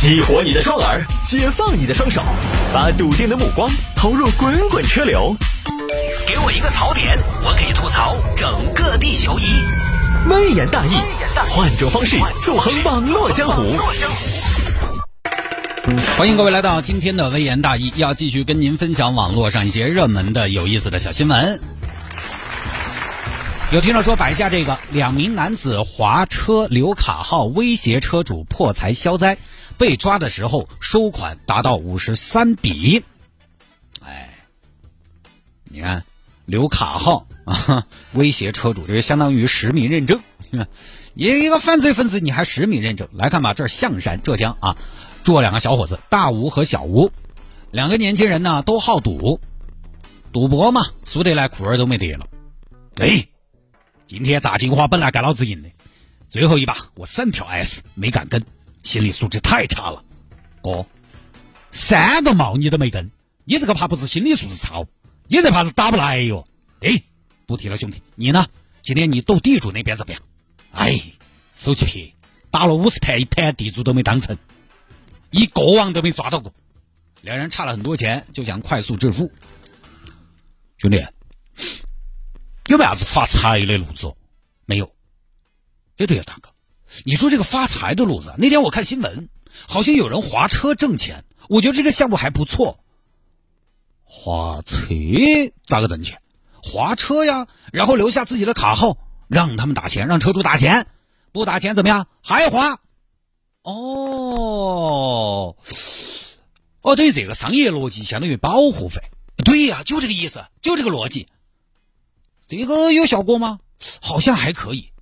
激活你的双耳，解放你的双手，把笃定的目光投入滚滚车流。给我一个槽点，我可以吐槽整个地球仪。微言大义，换种方式纵横网络江湖。 欢迎各位来到今天的微言大义，要继续跟您分享网络上一些热门的有意思的小新闻。有听众说摆下这个2名男子划车留卡号威胁车主破财消灾，被抓的时候收款达到53笔。你看留卡号啊，威胁车主，这就相当于实名认证。一个犯罪分子你还实名认证？来看吧，这是象山浙江啊，住了2个小伙子，大吴和小吴，2个年轻人呢都好赌博嘛，输得来裤儿都没得了。今天炸金花本来该老子赢的，最后一把我3条 S 没敢跟，心理素质太差了。3个帽你都没跟，你这个怕不是心理素质差，你这怕是打不来哟。不提了兄弟，你呢？今天你斗地主那边怎么样？手气撇，打了50盘，一盘地主都没当成，一个王都没抓到过。2人差了很多钱，就想快速致富。兄弟，有没有啥子发财的路子？没有。对呀，大哥，你说这个发财的路子，那天我看新闻，好像有人划车挣钱，我觉得这个项目还不错。划车咋个挣钱？划车呀，然后留下自己的卡号，让他们打钱，让车主打钱，不打钱怎么样？还划。对于这个商业逻辑相当于保护费。对呀，就这个意思，就这个逻辑。这个有效果吗？好像还可以。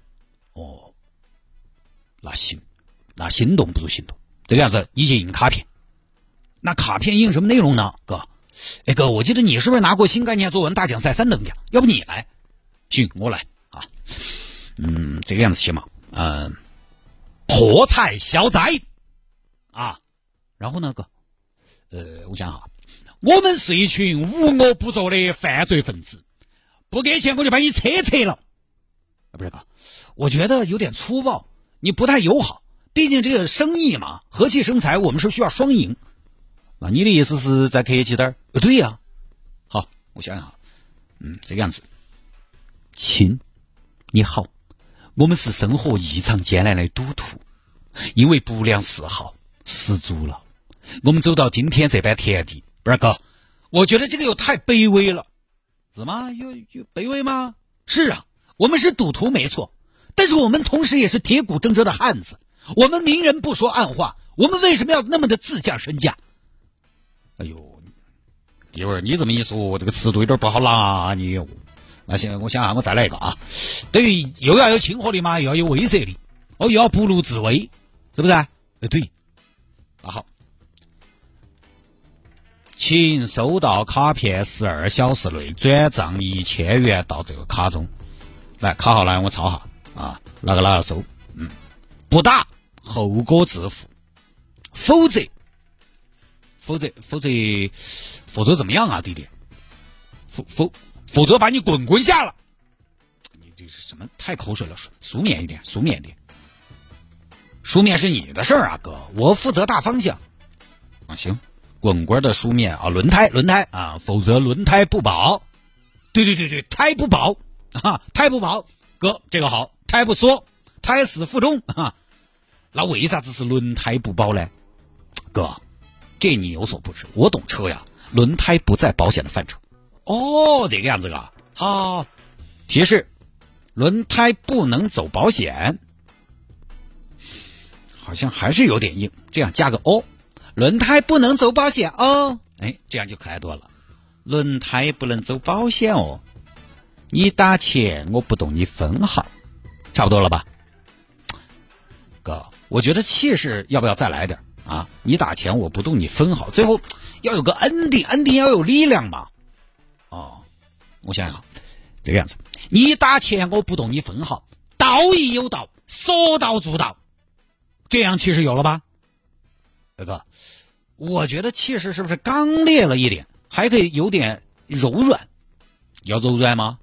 那心动不如行动。这个样子，你去印卡片。那卡片印什么内容呢？哥，我记得你是不是拿过新概念作文大奖赛3等奖？要不你来？行，我来啊。这个样子写嘛。破财消灾啊。然后呢，哥，我想哈，我们是一群无恶不作的犯罪分子，不给钱我就把你车拆了。不是哥，我觉得有点粗暴，你不太友好。毕竟这个生意嘛，和气生财，我们是需要双赢。那你的意思是再客气点儿？对呀。好，我想想，这个样子。亲，你好，我们是生活异常艰难的赌徒，因为不良嗜好失足了，我们走到今天这般田地。不是哥，我觉得这个又太卑微了。怎么有卑微吗？是啊，我们是赌徒没错，但是我们同时也是铁骨铮铮的汉子。我们明人不说暗话，我们为什么要那么的自降身价？一会儿你这么一说，我这个词都有点不好拿你。我想想，我再来一个啊。等于又要有亲和力嘛，又要有威慑力，又要不辱自威，是不是？对。好，请收到卡片12小时内转账1000元到这个卡中。来，卡号来，我抄下啊，哪个收？不打后果自负，否则怎么样啊，弟弟？否则把你滚下了。你这是什么？太口水了，书面一点。书面是你的事儿啊，哥，我负责大方向。行，滚的书面啊，轮胎啊，否则轮胎不保。对，胎不保啊，胎不保，哥，这个好，胎不缩，胎死腹中啊。那为啥子是轮胎不保呢？哥，这你有所不知，我懂车呀，轮胎不在保险的范畴。这个样子啊。好，提示，轮胎不能走保险。好像还是有点硬，这样加个轮胎不能走保险这样就可爱多了。轮胎不能走保险你打钱我不动你分毫，差不多了吧？哥，我觉得气势要不要再来点啊？你打钱我不动你分毫，最后要有个 ending 要有力量嘛。我想想，这个样子，你打钱我不动你分毫，道义有道，说到做到，这样气势有了吧？哥，我觉得气势是不是刚烈了一点，还可以有点柔软？要柔软吗？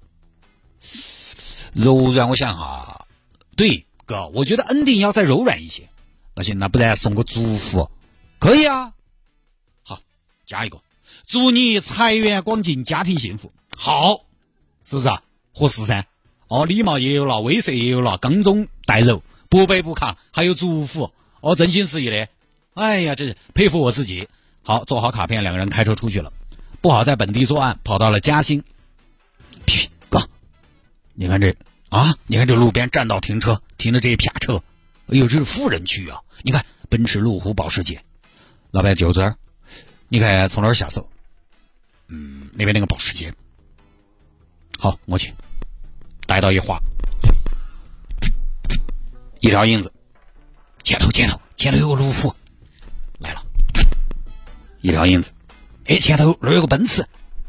柔软，我想对，哥，我觉得 ending 要再柔软一些。 那行，那不然送个祝福，可以啊。好，加一个，祝你财源广进，家庭幸福。好，是不是啊？合适噻。哦，礼貌也有了，威慑也有了，刚中带柔，不卑不亢，还有祝福。哦，真心实意的。哎呀，这是佩服我自己。好，做好卡片，两个人开车出去了。不好在本地作案，跑到了嘉兴。哥，你看这啊，你看这路边占道停车，停的这一撇车，哎呦，这是富人区啊！你看奔驰、路虎、保时捷，老板就这儿，你看从哪儿下手？那边那个保时捷。好，我去，带到一划，一条印子，前头有个路虎，来了，一条印子，哎，前头那有个奔驰，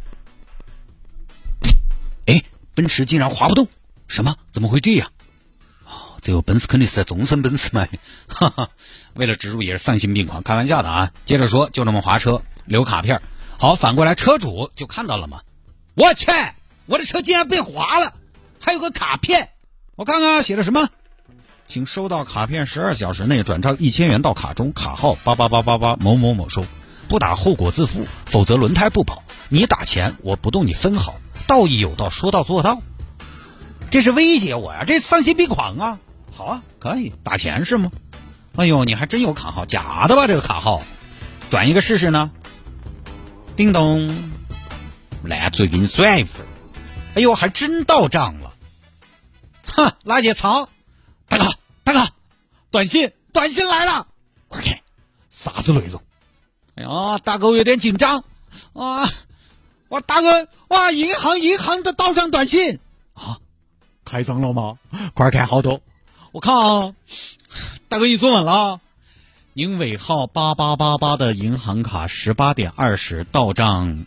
哎，奔驰竟然滑不动，什么？怎么会这样？哦，这个奔驰肯定是在终身奔驰买，哈哈，为了植入也是丧心病狂，开玩笑的啊。接着说，就这么划车，留卡片。好，反过来车主就看到了嘛，我去，我的车竟然被划了，还有个卡片，我看看写的什么。请收到卡片12小时内转账1000元到卡中，卡号8888某某某收，不打后果自负，否则轮胎不保。你打钱，我不动你分毫，道义有道，说到做到。这是威胁我呀，这是丧心病狂啊！好啊，可以打钱是吗？哎呦，你还真有卡号，假的吧？这个卡号，转一个试试呢？叮咚，烂嘴给你转一份。哎呦，还真到账了！哼，垃圾槽。大哥，短信来了，快看，啥子内容？哎呀，大哥我有点紧张啊！我大哥，哇，银行的到账短信啊，开张了吗？快看好多，我看啊，大哥你坐稳了，您尾号8888的银行卡18点20到账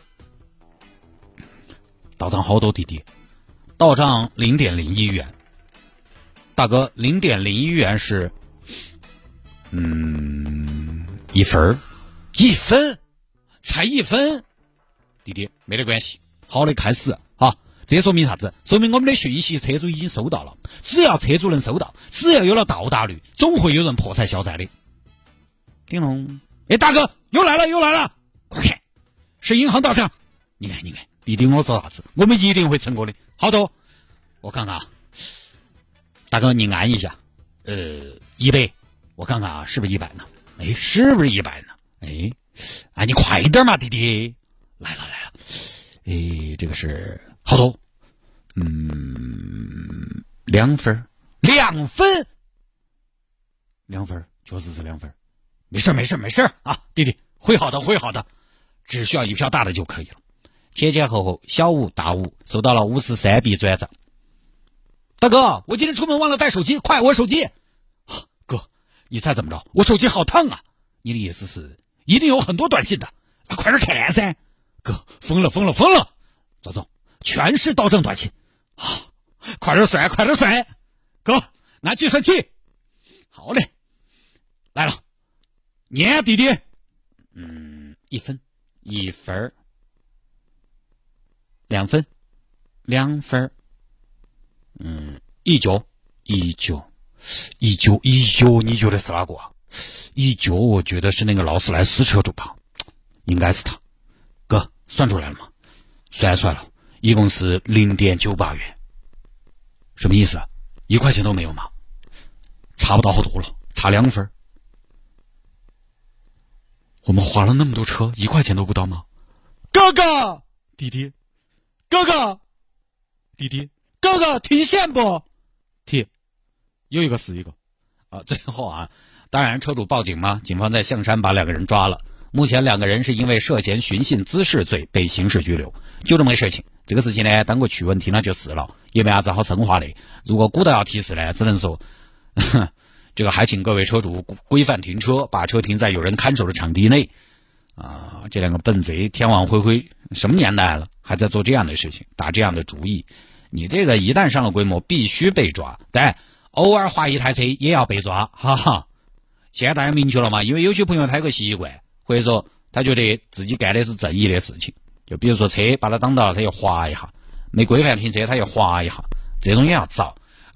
好多弟弟，到账0.01元。大哥，0.01元是，一分，才一分，弟弟没得关系，好的开始啊，这说明啥子？说明我们的讯息车主已经收到了，只要车主能收到，只要有了到达率，总会有人破财消灾的。叮咚，哎，大哥又来了，快看，是银行到账，你看，弟弟我说啥子？我们一定会成功的，好多，我看看啊。大哥，你按一下，100，我看看啊，是不是100呢？哎，是不是100呢？哎，你快点嘛，弟弟，来了，哎，这个是好多，2分，确实是2分，没事啊，弟弟，会好的，只需要一票大的就可以了。前后小误大误，收到了53笔转账。大哥，我今天出门忘了带手机，快，我手机！哥，你猜怎么着？我手机好烫啊！你的意思是一定有很多短信的，快点看噻！哥，疯了！走，全是到账短信啊！快点甩！哥，拿计算器。好嘞，来了，念啊，弟弟。1分，2分，2分。19，你觉得是哪个啊？19，我觉得是那个劳斯莱斯车主吧，应该是他。哥，算出来了吗？算出来了，一共是0.98元。什么意思啊？1块钱都没有吗？差不到好多了，差2分。我们划了那么多车，1块钱都不到吗？哥哥，弟弟，停线不？停，又一个死一个啊！最后啊，当然车主报警嘛，警方在象山把2个人抓了。目前2个人是因为涉嫌寻衅滋事罪被刑事拘留，就这么个事情。这个事情呢，当个趣闻听了就是了，也没啥子好深化的。如果古道要提示呢，只能说，这个还请各位车主规范停车，把车停在有人看守的场地内。啊，这2个笨贼天网恢恢，什么年代了，还在做这样的事情，打这样的主意。你这个一旦上了规模，必须被抓。但偶尔划一台车也要被抓，哈哈。现在大家明确了嘛？因为有些朋友他有个习惯，或者说他觉得自己干的是正义的事情，就比如说车把他挡到了，他要划一下；没规范停车，他要划一下，这种也要遭。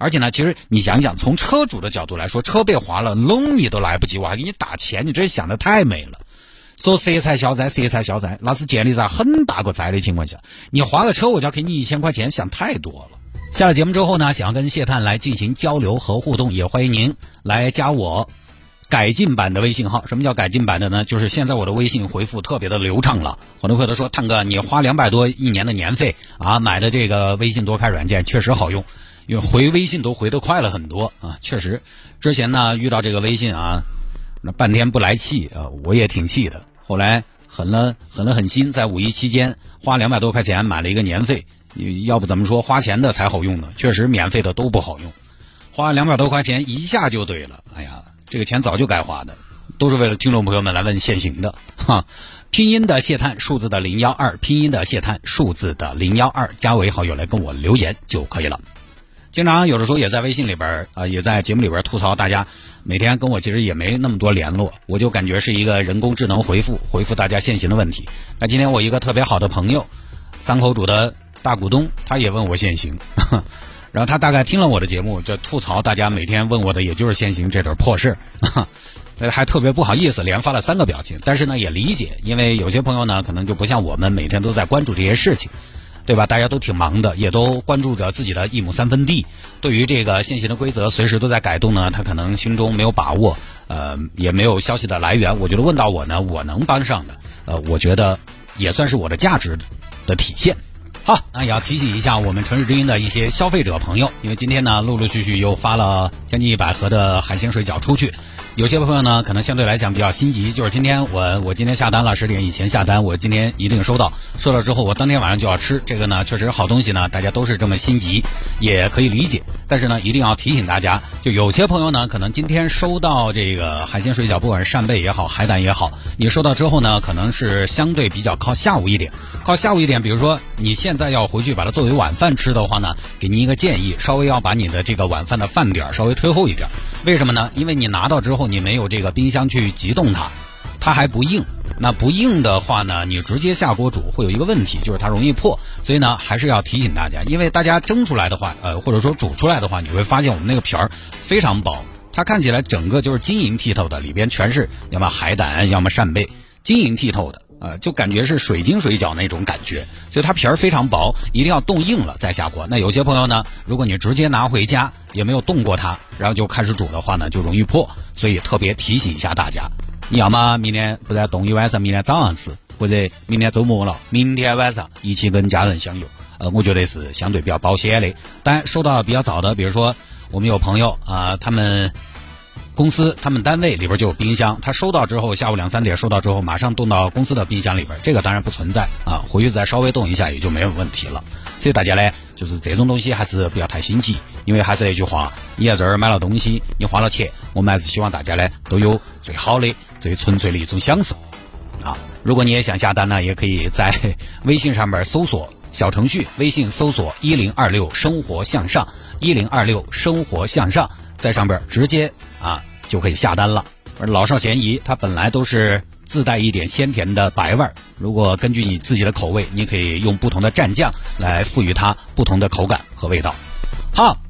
而且呢，其实你想想，从车主的角度来说，车被划了，弄你都来不及，我还给你打钱，你这想的太美了。说色彩消灾，色彩消灾，那是建立在很大个灾的情况下。你划了车，我就要给你1000块钱，想太多了。下了节目之后呢，想要跟谢探来进行交流和互动，也欢迎您来加我改进版的微信号。什么叫改进版的呢？就是现在我的微信回复特别的流畅了。很多朋友说，探哥，你花200多1年的年费啊，买的这个微信多开软件确实好用，因为回微信都回得快了很多啊。确实，之前呢遇到这个微信啊，那半天不来气啊，我也挺气的。后来狠了心，在5·1期间花200多块钱买了一个年费。要不怎么说花钱的才好用呢？确实免费的都不好用，花200多块钱一下就对了。哎呀，这个钱早就该花的，都是为了听众朋友们来问现行的哈。拼音的谢探，数字的012，拼音的谢探，数字的012，加为好友来跟我留言就可以了。经常有的时候也在微信里边也在节目里边吐槽大家，每天跟我其实也没那么多联络，我就感觉是一个人工智能回复大家现行的问题。那今天我一个特别好的朋友，三口煮的大股东，他也问我现行，然后他大概听了我的节目，就吐槽大家每天问我的也就是现行这点破事，还特别不好意思，连发了3个表情。但是呢，也理解，因为有些朋友呢，可能就不像我们每天都在关注这些事情，对吧？大家都挺忙的，也都关注着自己的1亩3分地。对于这个现行的规则随时都在改动呢，他可能心中没有把握，也没有消息的来源。我觉得问到我呢，我能帮上的，我觉得也算是我的价值的体现。好，那也要提醒一下我们城市之音的一些消费者朋友，因为今天呢陆陆续续又发了将近100盒的海鲜水饺出去。有些朋友呢可能相对来讲比较心急，就是今天我今天下单了，10点以前下单，我今天一定收到之后我当天晚上就要吃。这个呢确实好东西呢，大家都是这么心急，也可以理解。但是呢一定要提醒大家，就有些朋友呢可能今天收到这个海鲜水饺，不管是扇贝也好，海胆也好，你收到之后呢可能是相对比较靠下午一点，比如说你现在要回去把它作为晚饭吃的话呢，给您一个建议，稍微要把你的这个晚饭的饭点稍微推后一点。为什么呢？因为你拿到之后你没有这个冰箱去急冻它还不硬。那不硬的话呢，你直接下锅煮会有一个问题，就是它容易破。所以呢还是要提醒大家，因为大家蒸出来的话或者说煮出来的话，你会发现我们那个皮儿非常薄，它看起来整个就是晶莹剔透的，里边全是要么海胆要么扇贝，晶莹剔透的，就感觉是水晶水饺那种感觉。所以它皮儿非常薄，一定要冻硬了再下锅。那有些朋友呢，如果你直接拿回家也没有冻过它，然后就开始煮的话呢，就容易破。所以特别提醒一下大家，你要么明天不再冻一晚上，明天早上吃，或者明天周末了，明天晚上一起跟家人享用。我觉得是相对比较保险的。当然收到比较早的，比如说我们有朋友他们公司他们单位里边就有冰箱，他收到之后下午2、3点收到之后马上冻到公司的冰箱里边，这个当然不存在回去再稍微冻一下也就没有问题了。所以大家呢就是这种东西还是不要太心急，因为还是那句话，你在这儿买了东西，你花了钱，我们还是希望大家呢都有最好的最纯粹的一种享受如果你也想下单呢，也可以在微信上面搜索小程序，微信搜索1026生活向上，1026生活向上，在上边直接就可以下单了。而老少咸宜，它本来都是自带一点鲜甜的白味儿，如果根据你自己的口味，你可以用不同的蘸酱来赋予它不同的口感和味道。好，